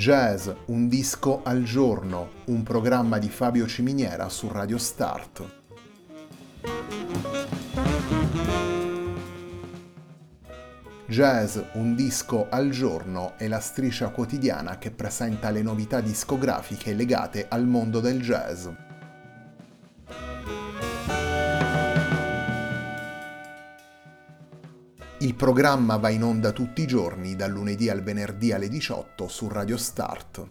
Jazz, un disco al giorno, un programma di Fabio Ciminiera su Radio Start. Jazz, un disco al giorno è la striscia quotidiana che presenta le novità discografiche legate al mondo del jazz. Il programma va in onda tutti i giorni, dal lunedì al venerdì alle 18 su Radio Start.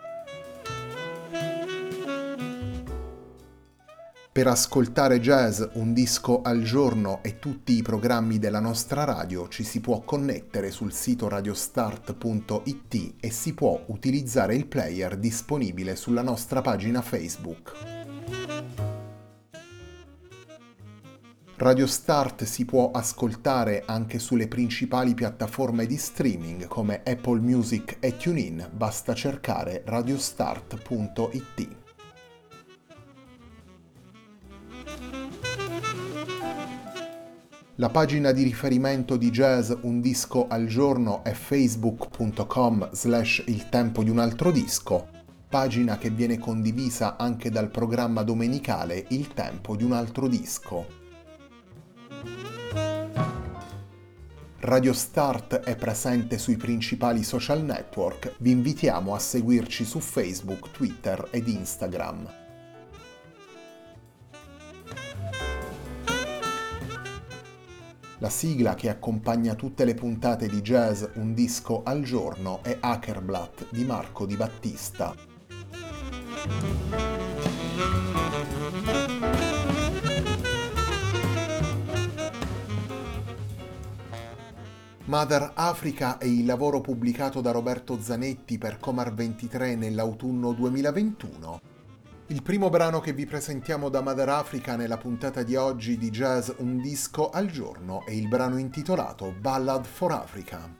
Per ascoltare Jazz, un disco al giorno e tutti i programmi della nostra radio ci si può connettere sul sito radiostart.it e si può utilizzare il player disponibile sulla nostra pagina Facebook. Radio Start si può ascoltare anche sulle principali piattaforme di streaming come Apple Music e TuneIn, basta cercare radiostart.it. La pagina di riferimento di Jazz Un Disco al Giorno è facebook.com/il tempo di un altro disco, pagina che viene condivisa anche dal programma domenicale Il tempo di un altro disco. Radio Start è presente sui principali social network, vi invitiamo a seguirci su Facebook, Twitter ed Instagram. La sigla che accompagna tutte le puntate di Jazz Un Disco al Giorno è Hackerblatt di Marco Di Battista. Mother Africa è il lavoro pubblicato da Roberto Zanetti per Comar 23 nell'autunno 2021. Il primo brano che vi presentiamo da Mother Africa nella puntata di oggi di Jazz Un Disco al Giorno è il brano intitolato Ballad for Africa.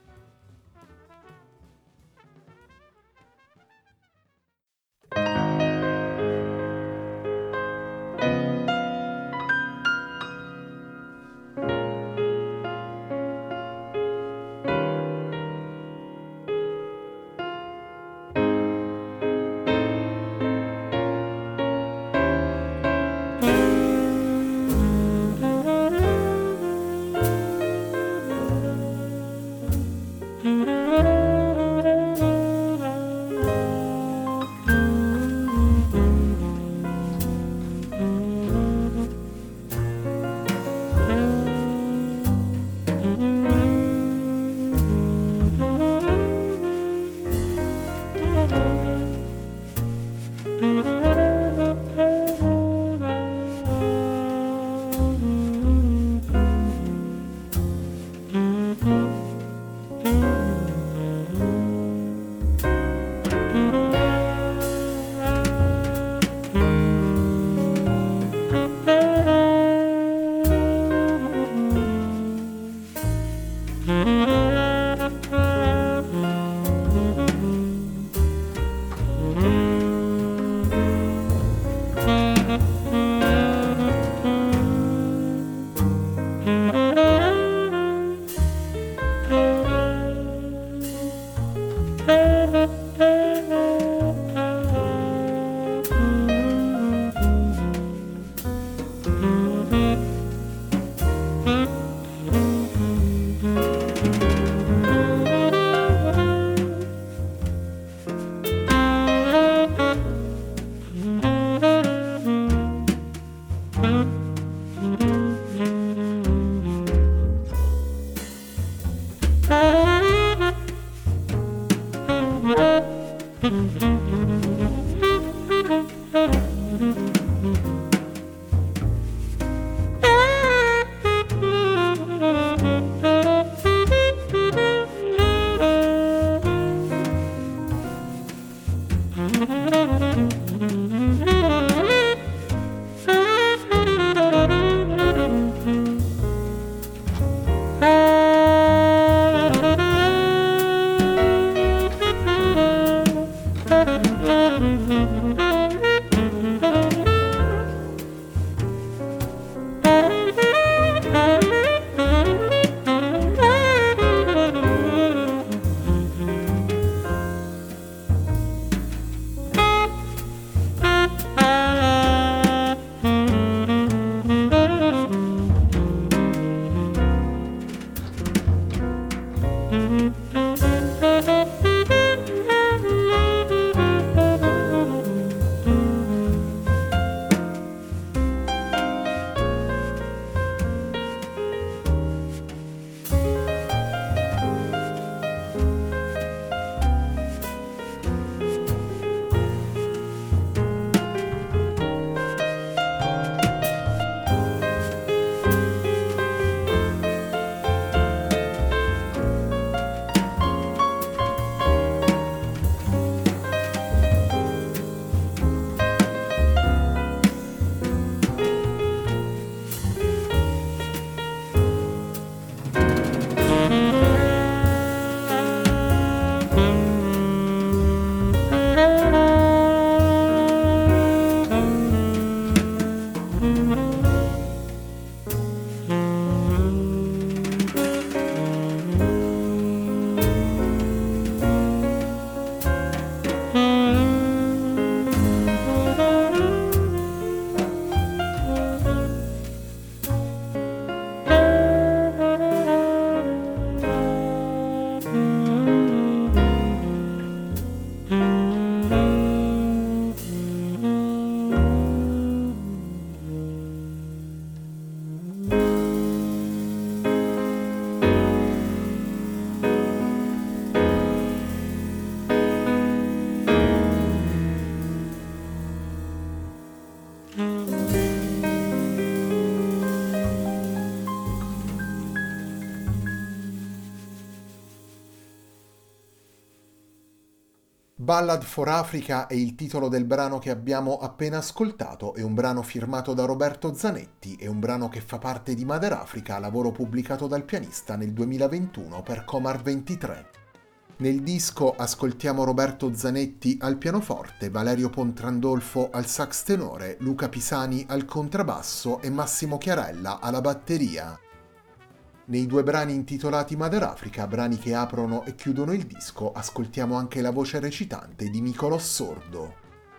Ballad for Africa è il titolo del brano che abbiamo appena ascoltato, è un brano firmato da Roberto Zanetti, è un brano che fa parte di Mother Africa, lavoro pubblicato dal pianista nel 2021 per Comar 23. Nel disco ascoltiamo Roberto Zanetti al pianoforte, Valerio Pontrandolfo al sax tenore, Luca Pisani al contrabbasso e Massimo Chiarella alla batteria. Nei due brani intitolati Mother Africa, brani che aprono e chiudono il disco, ascoltiamo anche la voce recitante di Nicolò Sordo.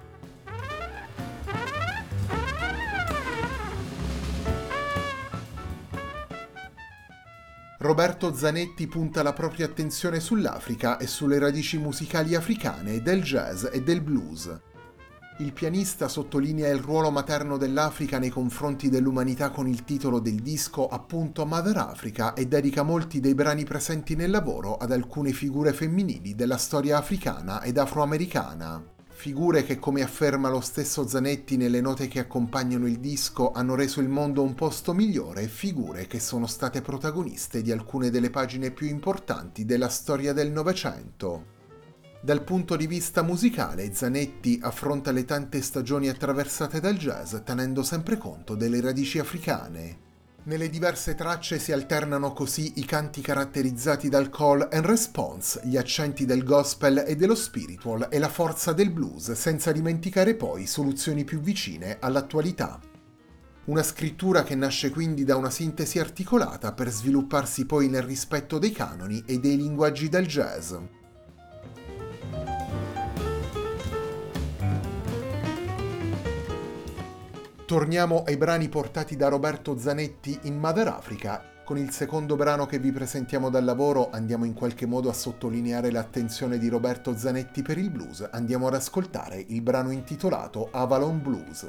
Roberto Zanetti punta la propria attenzione sull'Africa e sulle radici musicali africane, del jazz e del blues. Il pianista sottolinea il ruolo materno dell'Africa nei confronti dell'umanità con il titolo del disco appunto Mother Africa e dedica molti dei brani presenti nel lavoro ad alcune figure femminili della storia africana ed afroamericana. Figure che, come afferma lo stesso Zanetti nelle note che accompagnano il disco, hanno reso il mondo un posto migliore e figure che sono state protagoniste di alcune delle pagine più importanti della storia del Novecento. Dal punto di vista musicale, Zanetti affronta le tante stagioni attraversate dal jazz tenendo sempre conto delle radici africane. Nelle diverse tracce si alternano così i canti caratterizzati dal call and response, gli accenti del gospel e dello spiritual e la forza del blues, senza dimenticare poi soluzioni più vicine all'attualità. Una scrittura che nasce quindi da una sintesi articolata per svilupparsi poi nel rispetto dei canoni e dei linguaggi del jazz. Torniamo ai brani portati da Roberto Zanetti in Mother Africa. Con il secondo brano che vi presentiamo dal lavoro andiamo in qualche modo a sottolineare l'attenzione di Roberto Zanetti per il blues. Andiamo ad ascoltare il brano intitolato Avalon Blues.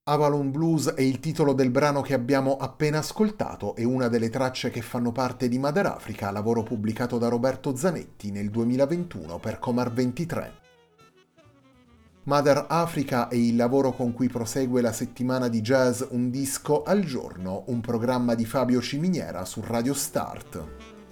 Avalon Blues è il titolo del brano che abbiamo appena ascoltato e una delle tracce che fanno parte di Mother Africa, lavoro pubblicato da Roberto Zanetti nel 2021 per Comar 23. Mother Africa è il lavoro con cui prosegue la settimana di jazz Un disco al giorno, un programma di Fabio Ciminiera su Radio Start.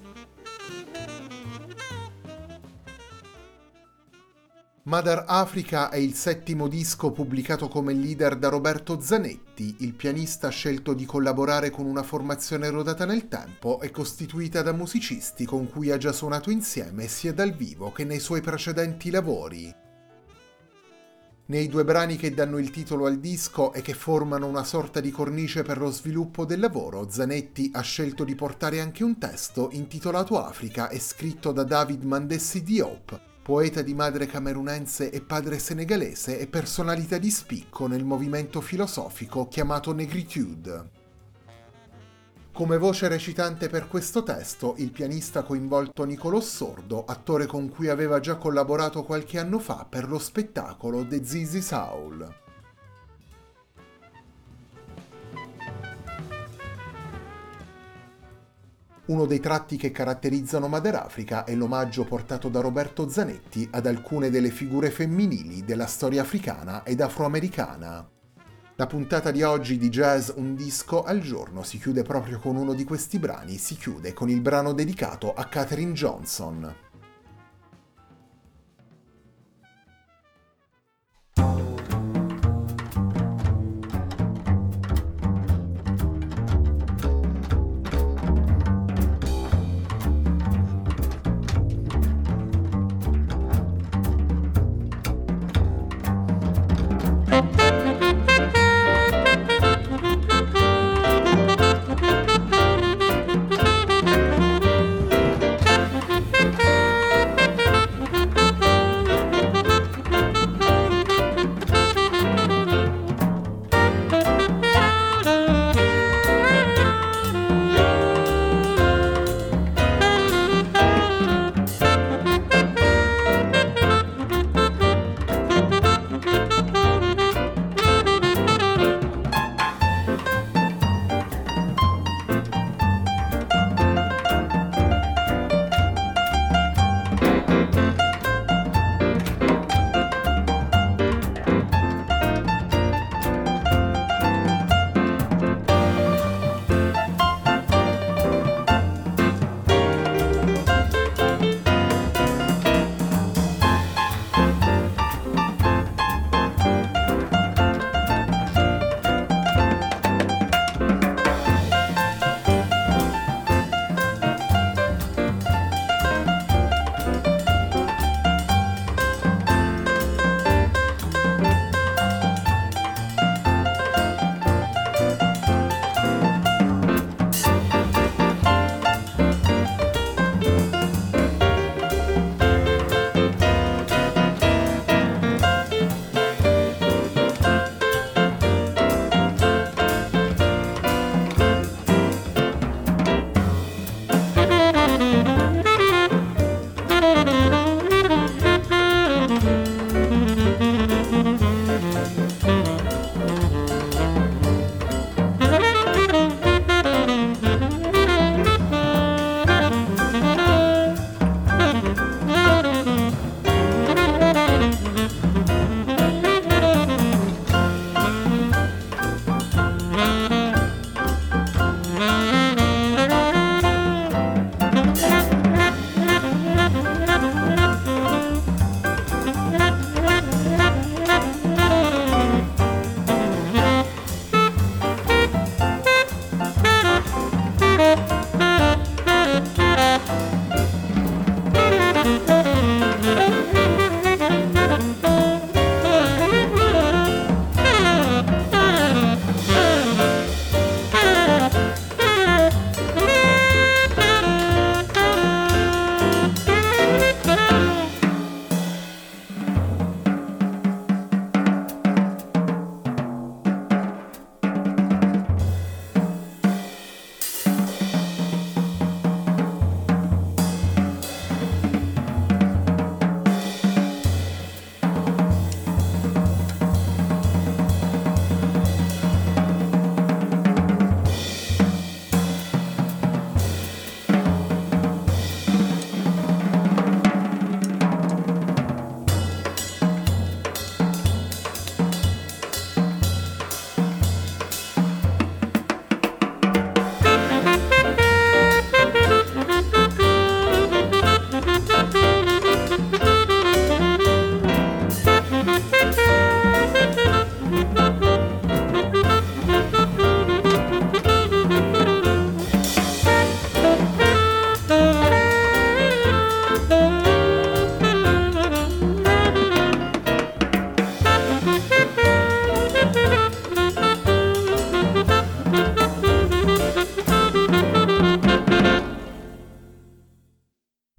Mother Africa è il settimo disco pubblicato come leader da Roberto Zanetti, il pianista scelto di collaborare con una formazione rodata nel tempo e costituita da musicisti con cui ha già suonato insieme sia dal vivo che nei suoi precedenti lavori. Nei due brani che danno il titolo al disco e che formano una sorta di cornice per lo sviluppo del lavoro, Zanetti ha scelto di portare anche un testo intitolato Africa e scritto da David Mandessi Diop, poeta di madre camerunense e padre senegalese e personalità di spicco nel movimento filosofico chiamato Negritude. Come voce recitante per questo testo, il pianista ha coinvolto Nicolò Sordo, attore con cui aveva già collaborato qualche anno fa per lo spettacolo The Zizi Soul. Uno dei tratti che caratterizzano Mother Africa è l'omaggio portato da Roberto Zanetti ad alcune delle figure femminili della storia africana ed afroamericana. La puntata di oggi di Jazz Un disco al giorno si chiude proprio con uno di questi brani, si chiude con il brano dedicato a Katherine Johnson.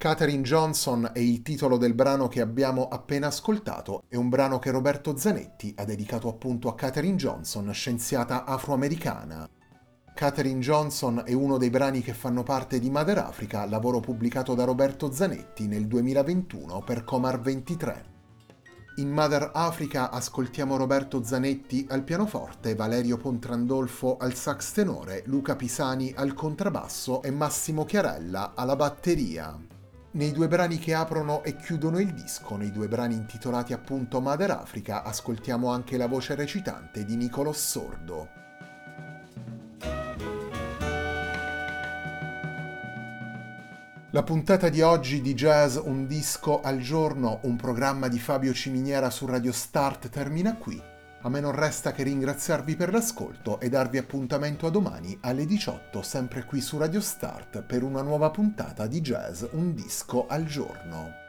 Katherine Johnson è il titolo del brano che abbiamo appena ascoltato, è un brano che Roberto Zanetti ha dedicato appunto a Katherine Johnson, scienziata afroamericana. Katherine Johnson è uno dei brani che fanno parte di Mother Africa, lavoro pubblicato da Roberto Zanetti nel 2021 per Comar 23. In Mother Africa ascoltiamo Roberto Zanetti al pianoforte, Valerio Pontrandolfo al sax tenore, Luca Pisani al contrabbasso e Massimo Chiarella alla batteria. Nei due brani che aprono e chiudono il disco, nei due brani intitolati appunto Mother Africa, ascoltiamo anche la voce recitante di Nicolò Sordo. La puntata di oggi di Jazz Un disco al giorno, un programma di Fabio Ciminiera su Radio Start termina qui. A me non resta che ringraziarvi per l'ascolto e darvi appuntamento a domani alle 18 sempre qui su Radio Start per una nuova puntata di Jazz Un disco al giorno.